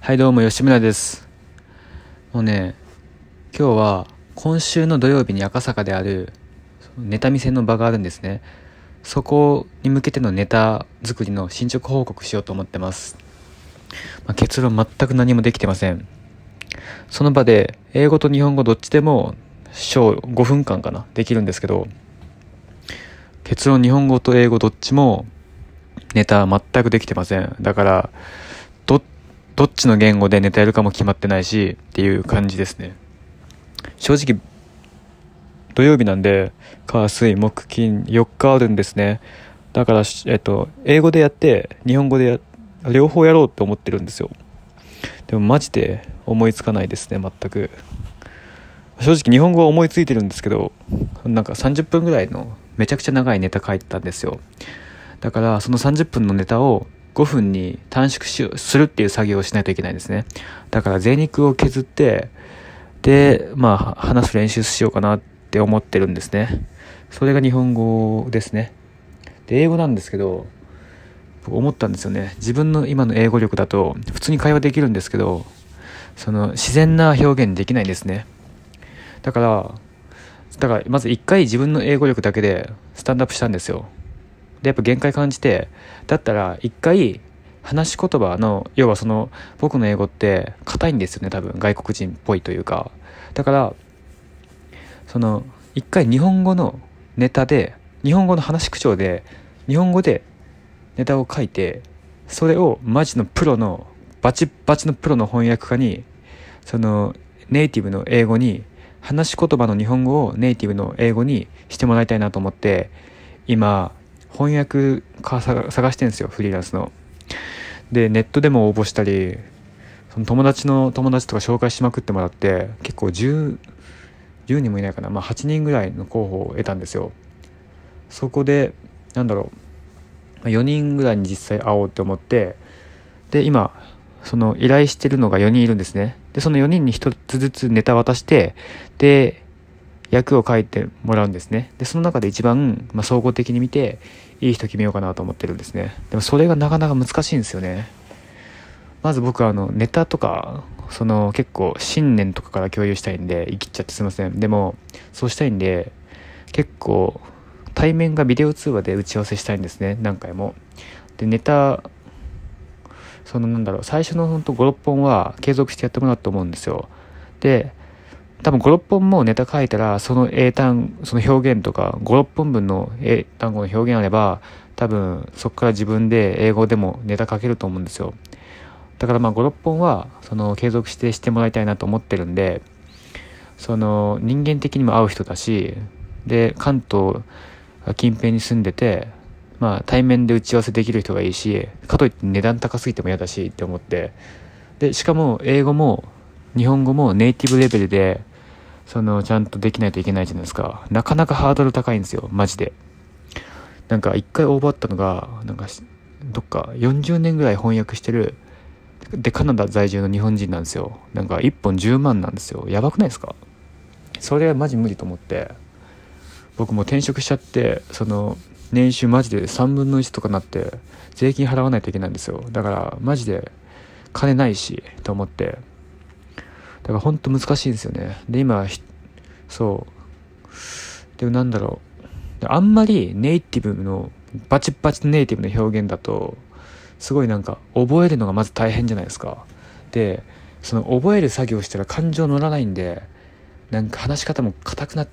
はいどうも吉村です。もうね、今日は今週の土曜日に赤坂であるネタ見せの場があるんですね。そこに向けてのネタ作りの進捗報告しようと思ってます。結論全く何もできてません。その場で英語と日本語どっちでも小5分間かなできるんですけど、結論日本語と英語どっちもネタ全くできてません。だからどっちの言語でネタやるかも決まってないしっていう感じですね。正直土曜日なんで火水木金4日あるんですね。だから英語でやって日本語で両方やろうって思ってるんですよ。でもマジで思いつかないですね。全く正直日本語は思いついてるんですけど、なんか30分ぐらいのめちゃくちゃ長いネタ書いてたんですよ。だからその30分のネタを5分に短縮するっていう作業をしないといけないんですね。だから贅肉を削ってで話す練習しようかなって思ってるんですね。それが日本語ですね。で英語なんですけど、僕思ったんですよね。自分の今の英語力だと普通に会話できるんですけど、その自然な表現できないんですね。だからまず一回自分の英語力だけでスタンドアップしたんですよ。でやっぱ限界感じて、だったら一回話し言葉の要はその僕の英語って硬いんですよね。多分外国人っぽいというか、だからその一回日本語のネタで日本語の話し口調で日本語でネタを書いて、それをマジのプロのバチバチのプロの翻訳家にそのネイティブの英語に話し言葉の日本語をネイティブの英語にしてもらいたいなと思って今翻訳家探してるんですよ。フリーランスのでネットでも応募したり、その友達とか紹介しまくってもらって結構10人もいないかな、8人ぐらいの候補を得たんですよ。そこで4人ぐらいに実際会おうって思って、で今その依頼してるのが4人いるんですね。でその4人に1つずつネタ渡して、で役を書いてもらうんですね。でその中で一番、総合的に見ていい人決めようかなと思ってるんですね。でもそれがなかなか難しいんですよね。まず僕はネタとかその結構信念とかから共有したいんで、生きちゃってすいません。でもそうしたいんで結構対面がビデオ通話で打ち合わせしたいんですね。何回も。でネタ最初のほんと5、6本は継続してやってもらうと思うんですよ。で多分5、6本もネタ書いたらその英単その表現とか5、6本分の英単語の表現あれば、多分そこから自分で英語でもネタ書けると思うんですよ。だから5、6本はその継続してもらいたいなと思ってるんで、その人間的にも合う人だし、で関東近辺に住んでて対面で打ち合わせできる人がいいし、かといって値段高すぎても嫌だしって思って、でしかも英語も日本語もネイティブレベルでちゃんとできないといけないじゃないですか。なかなかハードル高いんですよマジで。一回応募あったのがどっか40年ぐらい翻訳してるでカナダ在住の日本人なんですよ。1本10万なんですよ。やばくないですか？それはマジ無理と思って、僕も転職しちゃって、年収マジで3分の1とかなって税金払わないといけないんですよ。だからマジで金ないしと思って、だから本当難しいんですよね。で今でもあんまりネイティブのバチバチのネイティブの表現だとすごい覚えるのがまず大変じゃないですか。でその覚える作業したら感情乗らないんで、話し方も硬くなって、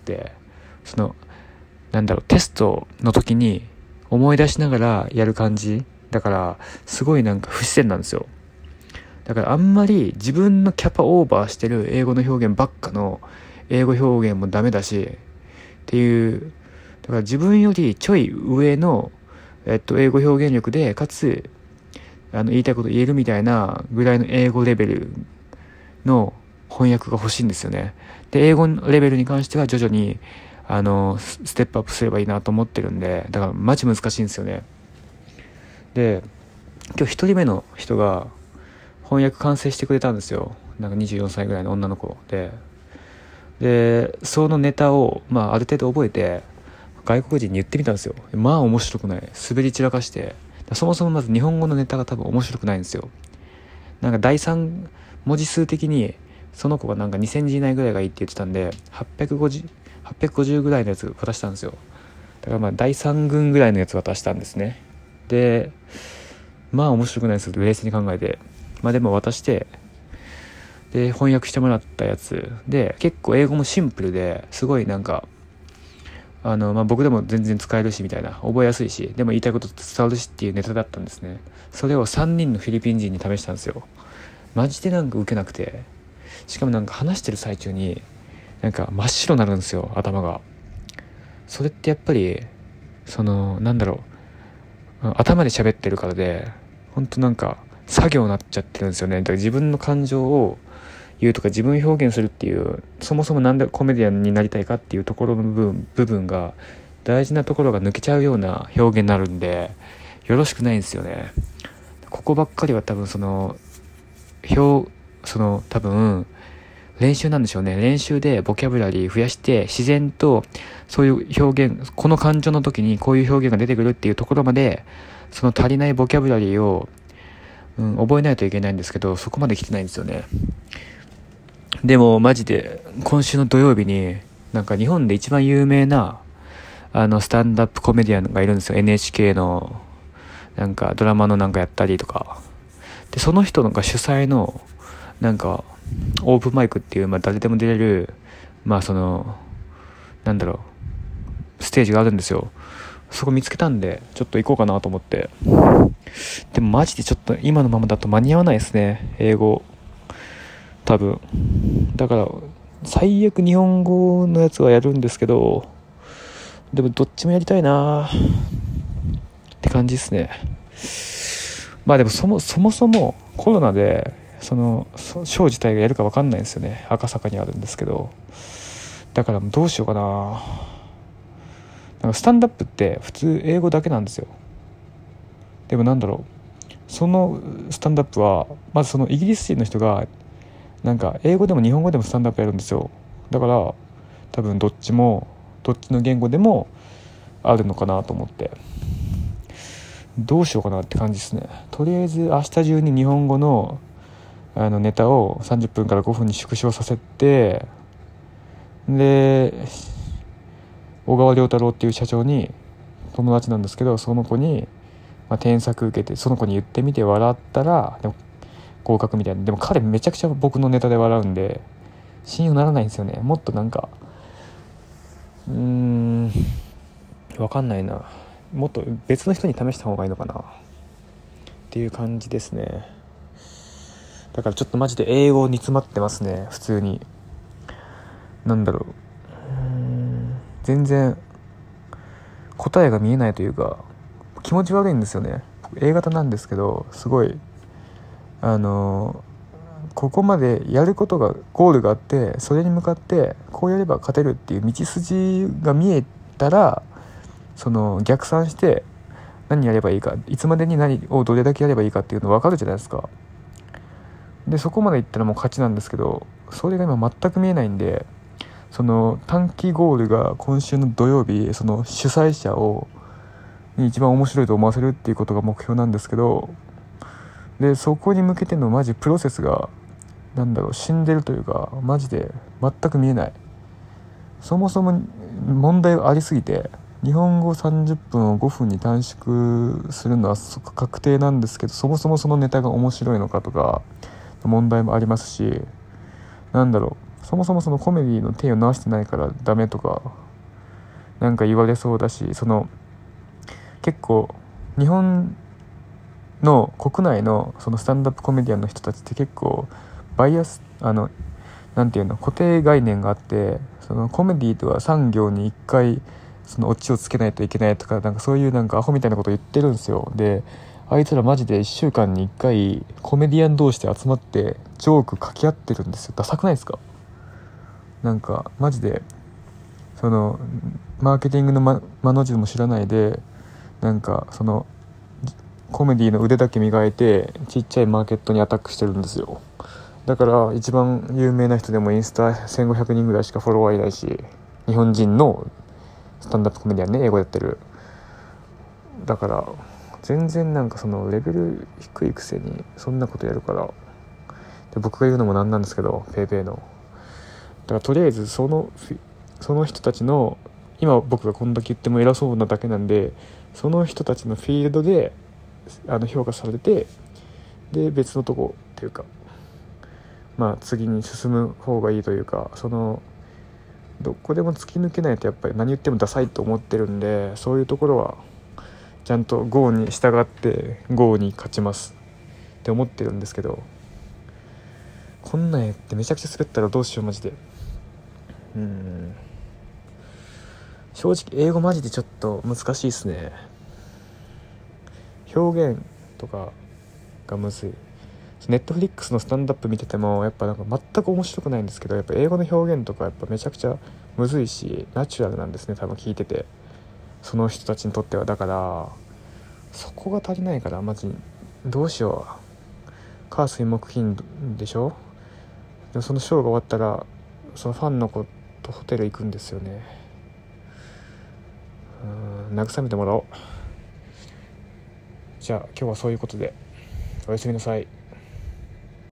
テストの時に思い出しながらやる感じだからすごい不自然なんですよ。だからあんまり自分のキャパオーバーしてる英語の表現ばっかの英語表現もダメだしっていう、だから自分よりちょい上の英語表現力でかつ言いたいこと言えるみたいなぐらいの英語レベルの翻訳が欲しいんですよね。で英語のレベルに関しては徐々にステップアップすればいいなと思ってるんで、だからマジ難しいんですよね。で今日一人目の人が翻訳完成してくれたんですよ。24歳ぐらいの女の子でそのネタをある程度覚えて外国人に言ってみたんですよ。面白くない、滑り散らかして、そもそもまず日本語のネタが多分面白くないんですよ。 なんか第3文字数的にその子がなんか2000字以内ぐらいがいいって言ってたんで、850ぐらいのやつ渡したんですよ。だからまあ第3軍ぐらいのやつ渡したんですね。でまあ面白くないですけど、冷静に考えて、まあでも渡して、で翻訳してもらったやつで、結構英語もシンプルですごいなんかまあ僕でも全然使えるしみたいな、覚えやすいし、でも言いたいこと伝わるしっていうネタだったんですね。それを3人のフィリピン人に試したんですよ。マジでなんか受けなくて、しかもなんか話してる最中になんか真っ白になるんですよ、頭が。それってやっぱりなんだろう、頭で喋ってるからで、本当なんか作業になっちゃってるんですよね。だから自分の感情を言うとか自分を表現するっていう、そもそもなんでコメディアンになりたいかっていうところの部分が、大事なところが抜けちゃうような表現になるんで、よろしくないんですよね。ここばっかりは多分多分練習なんでしょうね。練習でボキャブラリー増やして自然とそういう表現、この感情の時にこういう表現が出てくるっていうところまで、その足りないボキャブラリーを、覚えないといけないんですけど、そこまで来てないんですよね。でもマジで今週の土曜日になんか日本で一番有名なスタンドアップコメディアンがいるんですよ。 NHK のなんかドラマのなんかやったりとかで、その人が主催のなんかオープンマイクっていう、まあ誰でも出れる、まあなんだろう、ステージがあるんですよ。そこ見つけたんでちょっと行こうかなと思って。でもマジでちょっと今のままだと間に合わないですね、英語多分。だから最悪日本語のやつはやるんですけど、でもどっちもやりたいなって感じですね。まあでもそもそもコロナでショー自体がやるか分かんないんですよね。赤坂にあるんですけど、だからどうしようかな。なんかスタンダップって普通英語だけなんですよ。でもなんだろう、そのスタンダップはまずそのイギリス人の人がなんか英語でも日本語でもスタンダップやるんですよ。だから多分どっちの言語でもあるのかなと思って、どうしようかなって感じですね。とりあえず明日中に日本語のネタを30分から5分に縮小させて、で小川亮太郎っていう社長に、友達なんですけど、その子に、添削受けてその子に言ってみて笑ったらでも合格みたいな。でも彼めちゃくちゃ僕のネタで笑うんで信用ならないんですよね。もっとなんかわかんないな、もっと別の人に試した方がいいのかなっていう感じですね。だからちょっとマジで英語に詰まってますね。普通になんだろう、全然答えが見えないというか気持ち悪いんですよね。A 型なんですけど、すごいここまでやることがゴールがあって、それに向かってこうやれば勝てるっていう道筋が見えたら、逆算して何やればいいか、いつまでに何をどれだけやればいいかっていうの分かるじゃないですか。でそこまでいったらもう勝ちなんですけど、それが今全く見えないんで、短期ゴールが今週の土曜日、主催者に一番面白いと思わせるっていうことが目標なんですけど、でそこに向けてのマジプロセスが死んでるというか、マジで全く見えない。そもそも問題がありすぎて、日本語30分を5分に短縮するのは確定なんですけど、そもそもそのネタが面白いのかとか問題もありますし、そもそもそのコメディの手を直してないからダメとかなんか言われそうだし、結構日本の国内のスタンダップコメディアンの人たちって結構バイアスなんていうの、固定概念があって、コメディとは3行に1回オチをつけないといけないとか、そういうアホみたいなこと言ってるんですよ。であいつらマジで1週間に1回コメディアン同士で集まってジョーク掛け合ってるんですよ。ダサくないですか？マジでマーケティングの間の字も知らないで、コメディの腕だけ磨いてちっちゃいマーケットにアタックしてるんですよ。だから一番有名な人でもインスタ1500人ぐらいしかフォロワーいないし、日本人のスタンダップコメディアンね、英語やってる。だから全然レベル低いくせにそんなことやるから、 で僕が言うのもなんなんですけど、ペイペイのだからとりあえずその人たちの今僕がこんだけ言っても偉そうなだけなんで、その人たちのフィールドで評価されて、で別のとこっていうか、まあ次に進む方がいいというか、どこでも突き抜けないとやっぱり何言ってもダサいと思ってるんで、そういうところはちゃんと GO に従って GO に勝ちますって思ってるんですけど、こんなんやってめちゃくちゃ滑ったらどうしようマジで。正直英語マジでちょっと難しいっすね。表現とかがむずい。ネットフリックスのスタンダップ見ててもやっぱなんか全く面白くないんですけど、やっぱ英語の表現とかやっぱめちゃくちゃむずいしナチュラルなんですね、多分聞いてて、その人たちにとっては。だからそこが足りないから、マジどうしよう。火水木金でしょ。でもそのショーが終わったらそのファンの子とホテル行くんですよね。慰めてもらおう。じゃあ今日はそういうことでおやすみなさい。